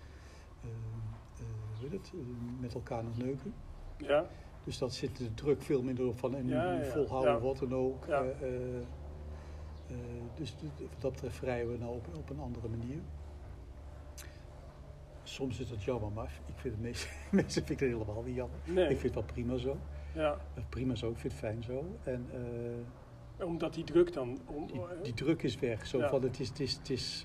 met elkaar nog neuken. Ja. Dus dat zit de druk veel minder op van volhouden, wat dan ook. Ja. Dus wat dat betreft vrijen we nou op een andere manier. Soms is dat jammer, maar ik vind het meestal vind ik het helemaal niet jammer. Nee. Ik vind het wel prima zo. Ja. Prima zo, ik vind het fijn zo. En, omdat die druk dan... Die druk is weg. Zo van het is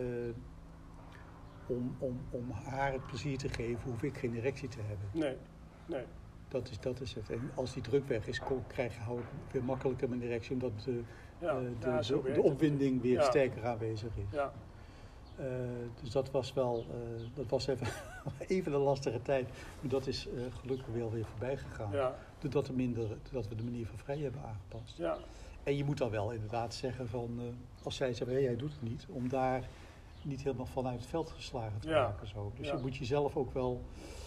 om haar het plezier te geven, hoef ik geen erectie te hebben. Nee. Dat is het. En als die druk weg is, hou ik weer makkelijker mijn erectie, omdat de opwinding weer sterker aanwezig is. Ja. Dus dat was even een lastige tijd. Maar dat is gelukkig wel weer voorbij gegaan. Ja. Doordat we de manier van vrij hebben aangepast. Ja. En je moet dan wel inderdaad zeggen van, als zij zeggen, jij doet het niet, om daar niet helemaal vanuit het veld geslagen te raken. Zo. Dus je moet jezelf ook wel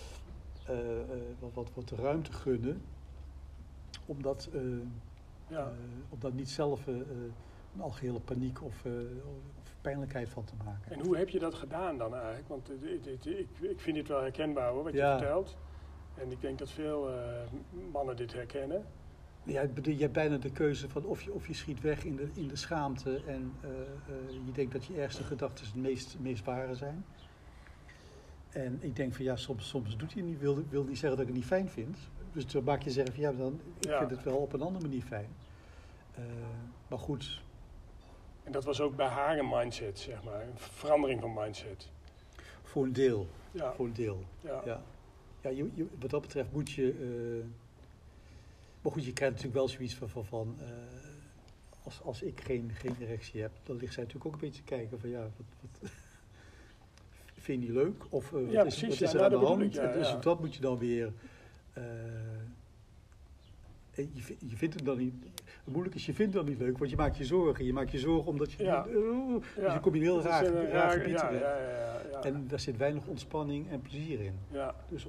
wat ruimte gunnen, om dat niet zelf een algehele paniek of pijnlijkheid van te maken. En hoe heb je dat gedaan dan eigenlijk? Want ik vind dit wel herkenbaar hoor, wat je vertelt. En ik denk dat veel mannen dit herkennen. Ja, je hebt bijna de keuze van of je schiet weg in de schaamte en je denkt dat je ergste gedachten het meest ware zijn. En ik denk van soms doet hij niet, wil niet zeggen dat ik het niet fijn vind. Dus dan maak je zeggen van ik vind het wel op een andere manier fijn. Maar goed. En dat was ook bij haar een mindset, zeg maar, een verandering van mindset. Voor een deel. Ja. Voor een deel. Ja. Ja, wat dat betreft moet je. Maar goed, je krijgt natuurlijk wel zoiets van als ik geen erectie heb, dan ligt zij natuurlijk ook een beetje te kijken van wat vind je niet leuk? Of wat is er aan de hand? Dus dat moet je dan weer. Je vindt het dan niet. Het moeilijk is, je vindt het dan niet leuk, want je maakt je zorgen. Je maakt je zorgen omdat je. Dus dan kom je heel raar gebied terecht. Ja. En daar zit weinig ontspanning en plezier in. Ja. Dus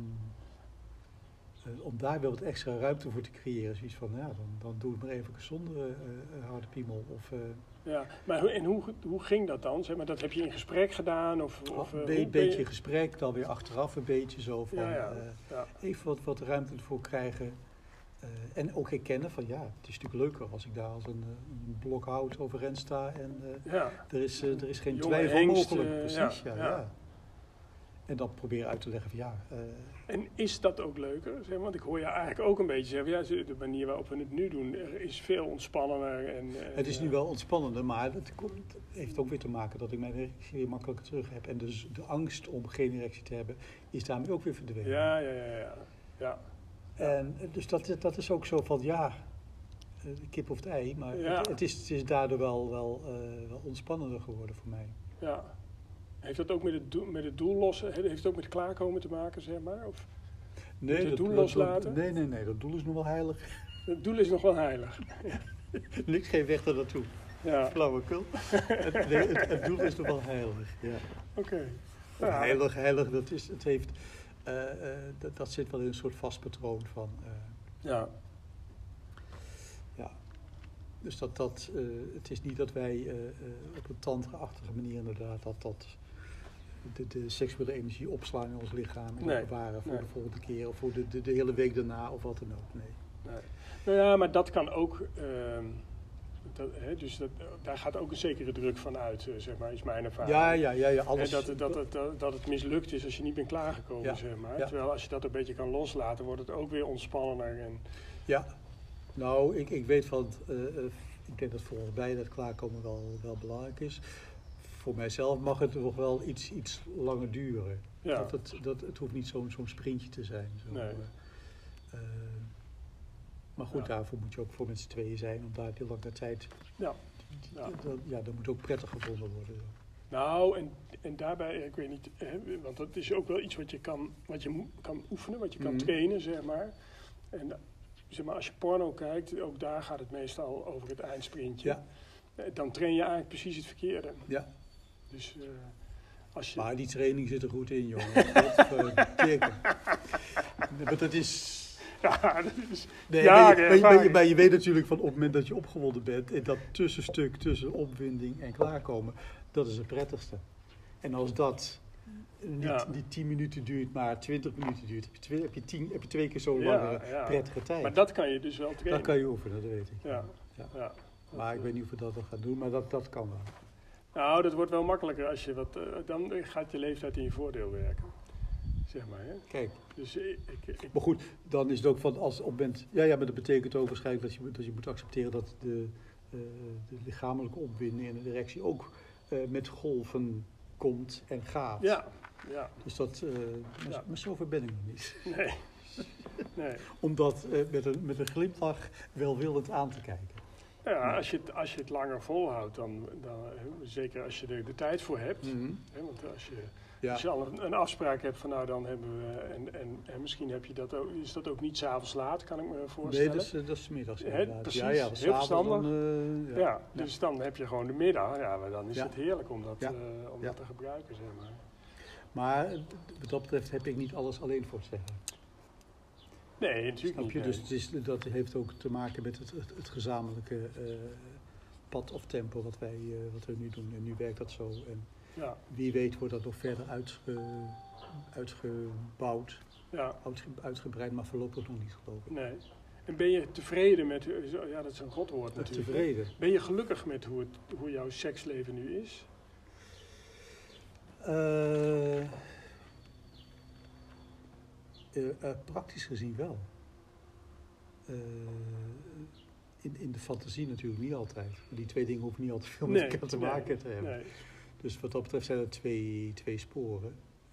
om daar wel wat extra ruimte voor te creëren, zoiets van, dan doe ik maar even zonder harde piemel. Ja, maar hoe ging dat dan? Zeg maar, dat heb je in gesprek gedaan? Een beetje in gesprek, dan weer achteraf een beetje zo van, even wat ruimte ervoor krijgen. En ook herkennen van, het is natuurlijk leuker als ik daar als een blok hout overeind sta en er is geen twijfel mogelijk. Precies, ja. En dan proberen uit te leggen van En is dat ook leuker? Zeg, want ik hoor je eigenlijk ook een beetje zeggen, de manier waarop we het nu doen is veel ontspannender. Het is nu wel ontspannender, maar het heeft ook weer te maken dat ik mijn erectie weer makkelijker terug heb. En dus de angst om geen erectie te hebben is daarmee ook weer verdwenen. Ja. En dus dat is ook zo van, de kip of het ei, maar het is daardoor wel ontspannender geworden voor mij. Ja. Heeft dat ook met het doel lossen, heeft het ook met klaarkomen te maken, zeg maar? Of nee, het doel loslaten? Nee, dat doel is nog wel heilig. Het doel is nog wel heilig. Niks geen weg naartoe. Ja. Flauwekul. Het doel is nog wel heilig, ja. Oké. Heilig, dat zit wel in een soort vast patroon van... Ja. Dus het is niet dat wij op een tantra-achtige manier inderdaad de seksuele energie opslaan in ons lichaam en bewaren voor de volgende keer of voor de hele week daarna of wat dan ook. Nee. Nou ja, maar dat kan ook, daar gaat ook een zekere druk van uit, zeg maar, is mijn ervaring. Ja, alles. Dat het mislukt is als je niet bent klaargekomen, zeg maar. Ja. Terwijl als je dat een beetje kan loslaten, wordt het ook weer ontspannender. Ja. Nou, ik weet van, ik denk dat voor ons beiden het klaarkomen wel belangrijk is. Voor mijzelf mag het nog wel iets langer duren. Ja. Het hoeft niet zo'n sprintje te zijn. Nee. Maar goed, daarvoor moet je ook voor met z'n tweeën zijn, om daar heel lange tijd... dat moet ook prettig gevonden worden. Nou, en daarbij, ik weet niet, want dat is ook wel iets wat je kan oefenen, wat je kan trainen, zeg maar. En zeg maar, als je porno kijkt, ook daar gaat het meestal over het eindsprintje. Ja. Dan train je eigenlijk precies het verkeerde. Ja. Dus Maar die training zit er goed in, jongen. Maar dat is... Ja, dat is... Maar je weet natuurlijk van op het moment dat je opgewonden bent... en dat tussenstuk tussen opwinding en klaarkomen... dat is het prettigste. En als dat niet 10 minuten duurt, maar 20 minuten duurt... heb je 2 keer zo'n lange prettige tijd. Maar dat kan je dus wel trainen. Dat kan je oefenen, dat weet ik. Ja. Maar ik weet niet of we dat nog gaan doen, maar dat kan wel. Nou, dat wordt wel makkelijker als je dan gaat je leeftijd in je voordeel werken. Zeg maar, hè? Kijk. Dus maar goed, dan is het ook van als op bent... Ja, maar dat betekent ook waarschijnlijk dat je moet accepteren dat de lichamelijke opwinding en de erectie ook met golven komt en gaat. Ja. Dus dat... Maar zover ben ik nog niet. Nee. Om dat met een glimlach welwillend aan te kijken. Ja, als je het langer volhoudt, dan zeker als je er de tijd voor hebt. Mm-hmm. Hè, want als je al een afspraak hebt van nou dan hebben we... En misschien heb je dat ook, is dat ook niet 's avonds laat, kan ik me voorstellen. Nee, dat is 's middags. Precies, heel verstandig. Dus dan heb je gewoon de middag. Ja, maar dan is het heerlijk om dat te gebruiken, zeg maar. Maar wat dat betreft heb ik niet alles alleen voor te zeggen. Nee, natuurlijk niet. Dus dat heeft ook te maken met het gezamenlijke pad of tempo wat we nu doen. En nu werkt dat zo. En wie weet wordt dat nog verder uitgebouwd, uitgebreid, maar voorlopig nog niet, geloof ik. Nee. En ben je tevreden met... Ja, dat is een godwoord natuurlijk. Tevreden. Ben je gelukkig met hoe jouw seksleven nu is? Praktisch gezien wel. In de fantasie natuurlijk niet altijd. Maar die 2 dingen hoeven niet altijd veel met elkaar te maken te hebben. Nee. Dus wat dat betreft zijn er twee sporen.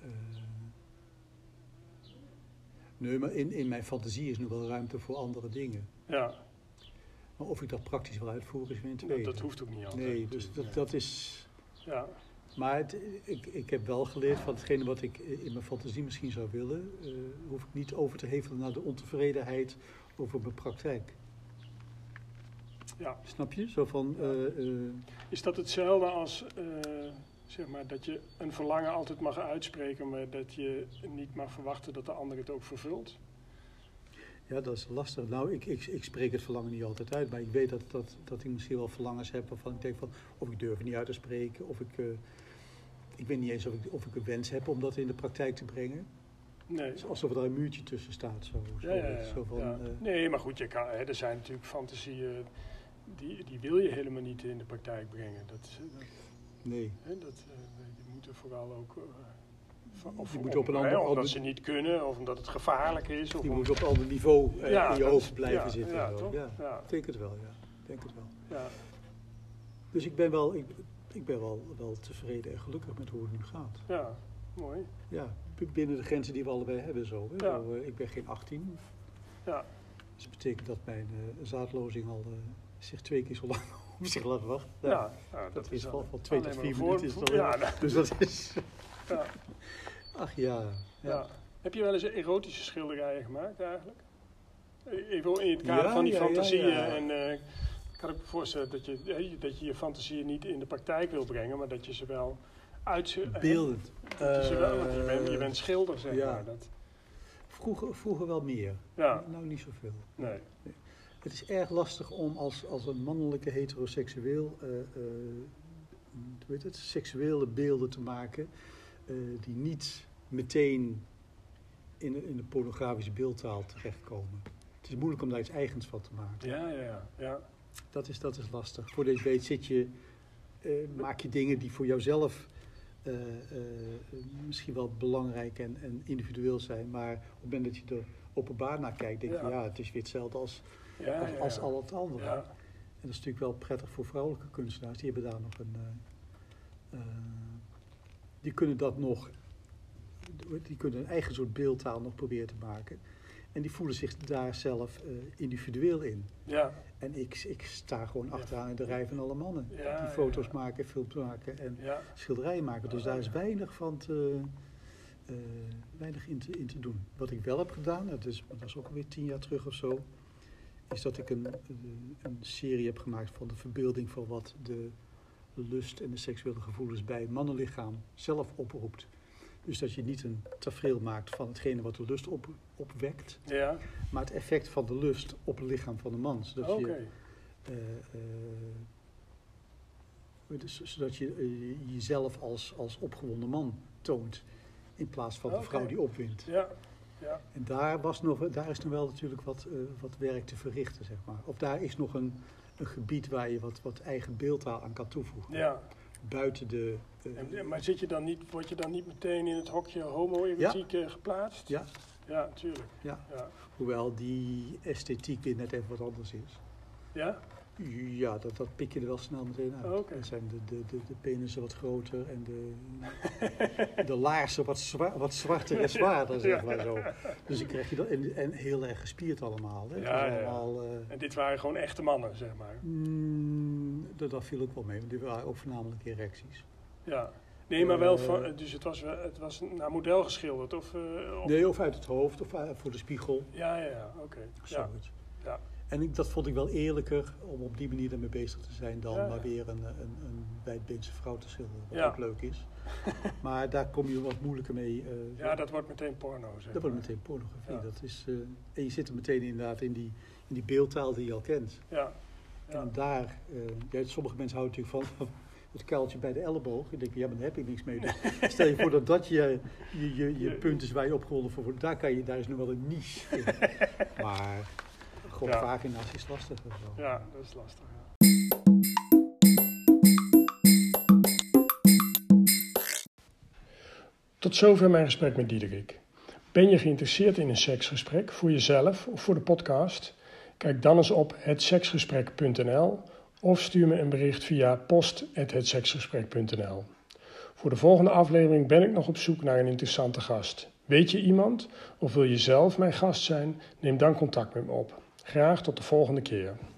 Nee, maar in mijn fantasie is nu wel ruimte voor andere dingen. Ja. Maar of ik dat praktisch wil uitvoeren is weer een tweede. Dat hoeft ook niet altijd. Nee, dus dat is... Ja. Maar ik heb wel geleerd van hetgene wat ik in mijn fantasie misschien zou willen... hoef ik niet over te hevelen naar de ontevredenheid over mijn praktijk. Ja. Snap je? Zo van... Is dat hetzelfde als... zeg maar dat je een verlangen altijd mag uitspreken... maar dat je niet mag verwachten dat de ander het ook vervult? Ja, dat is lastig. Nou, ik spreek het verlangen niet altijd uit... maar ik weet dat ik misschien wel verlangens heb... waarvan ik denk van... of ik durf het niet uit te spreken... of ik weet niet eens of ik een wens heb om dat in de praktijk te brengen. Nee. Alsof er daar een muurtje tussen staat. Nee, maar goed, er zijn natuurlijk fantasieën... Die wil je helemaal niet in de praktijk brengen. Nee. Die moeten vooral ook... omdat ze niet kunnen, of omdat het gevaarlijk is. Die moet op een ander niveau in je hoofd blijven zitten. Ja, toch? Ja. Ik denk het wel, Ja. Dus ik ben wel tevreden en gelukkig met hoe het nu gaat. Ja, mooi. Ja, binnen de grenzen die we allebei hebben zo. Hè? Ja. Ik ben geen 18. Ja. Dus dat betekent dat mijn zaadlozing al zich 2 keer zo lang op zich laat wachten. Ja, dat is van 2 tot 4 minuten. Dus dat is... Ja. Ach ja. Heb je wel eens erotische schilderijen gemaakt eigenlijk? Even in het kader van die fantasieën. En kan ik me voorstellen dat je fantasieën niet in de praktijk wil brengen, maar dat je ze wel beeldend. Je bent schilder, zeg maar. Vroeger wel meer. Ja. Nou, niet zoveel. Nee. Het is erg lastig om als een mannelijke heteroseksueel seksuele beelden te maken die niet meteen in de pornografische beeldtaal terechtkomen. Het is moeilijk om daar iets eigens van te maken. Ja. Dat is lastig. Voor deze weet maak je dingen die voor jouzelf misschien wel belangrijk en individueel zijn, maar op het moment dat je er openbaar naar kijkt, denk je, het is weer hetzelfde als al het andere. Ja. En dat is natuurlijk wel prettig voor vrouwelijke kunstenaars. Die hebben daar nog die kunnen een eigen soort beeldtaal nog proberen te maken. En die voelen zich daar zelf individueel in. Ja. En ik sta gewoon achteraan in de rij van alle mannen. Die foto's maken, films maken en schilderijen maken. Dus daar is weinig in te doen. Wat ik wel heb gedaan, dat is ook alweer 10 jaar terug of zo, is dat ik een serie heb gemaakt van de verbeelding van wat de lust en de seksuele gevoelens bij het mannenlichaam zelf oproept. Dus dat je niet een tafereel maakt van hetgene wat de lust opwekt, maar het effect van de lust op het lichaam van de man. Zodat je jezelf als opgewonden man toont in plaats van de vrouw die opwindt. Ja. Ja. En daar is nog wel natuurlijk wat werk te verrichten, zeg maar. Of daar is nog een gebied waar je wat eigen beeldtaal aan kan toevoegen. Ja. Buiten de... maar word je dan niet meteen in het hokje homo-erotiek geplaatst? Ja. Ja, tuurlijk. Ja. Ja. Hoewel die esthetiek weer net even wat anders is. Ja? Ja, dat pik je er wel snel meteen uit. Oh, okay. Dan zijn de penissen wat groter en de laarzen wat zwarter en zwaarder, zeg maar zo. Dus dan krijg je dat, en heel erg gespierd allemaal. Hè. Allemaal, en dit waren gewoon echte mannen, zeg maar? Dat viel ook wel mee, want die waren ook voornamelijk erecties. Ja. Nee, maar wel, dus het was naar model geschilderd? Nee, of uit het hoofd, of voor de spiegel. Ja, oké. Zoiets. Ja. En dat vond ik wel eerlijker om op die manier ermee bezig te zijn dan maar weer een wijdbeense vrouw te schilderen, wat ook leuk is. Maar daar kom je wat moeilijker mee. Dat wordt meteen porno, zeg. Dat wordt meteen pornografie. Ja. Dat is, en je zit er meteen inderdaad in die beeldtaal die je al kent. Ja. En daar, sommige mensen houden natuurlijk van het kuiltje bij de elleboog. Ik denk, ja, maar daar heb ik niks mee. Dus stel je voor dat je punt is waar je opgewonden voor wordt. Daar is nu wel een niche in. Maar... vagina's is lastig. Ja, dat is lastig. Ja. Tot zover mijn gesprek met Diederik. Ben je geïnteresseerd in een seksgesprek voor jezelf of voor de podcast? Kijk dan eens op hetseksgesprek.nl of stuur me een bericht via post@hetseksgesprek.nl. Voor de volgende aflevering ben ik nog op zoek naar een interessante gast. Weet je iemand of wil je zelf mijn gast zijn? Neem dan contact met me op. Graag tot de volgende keer.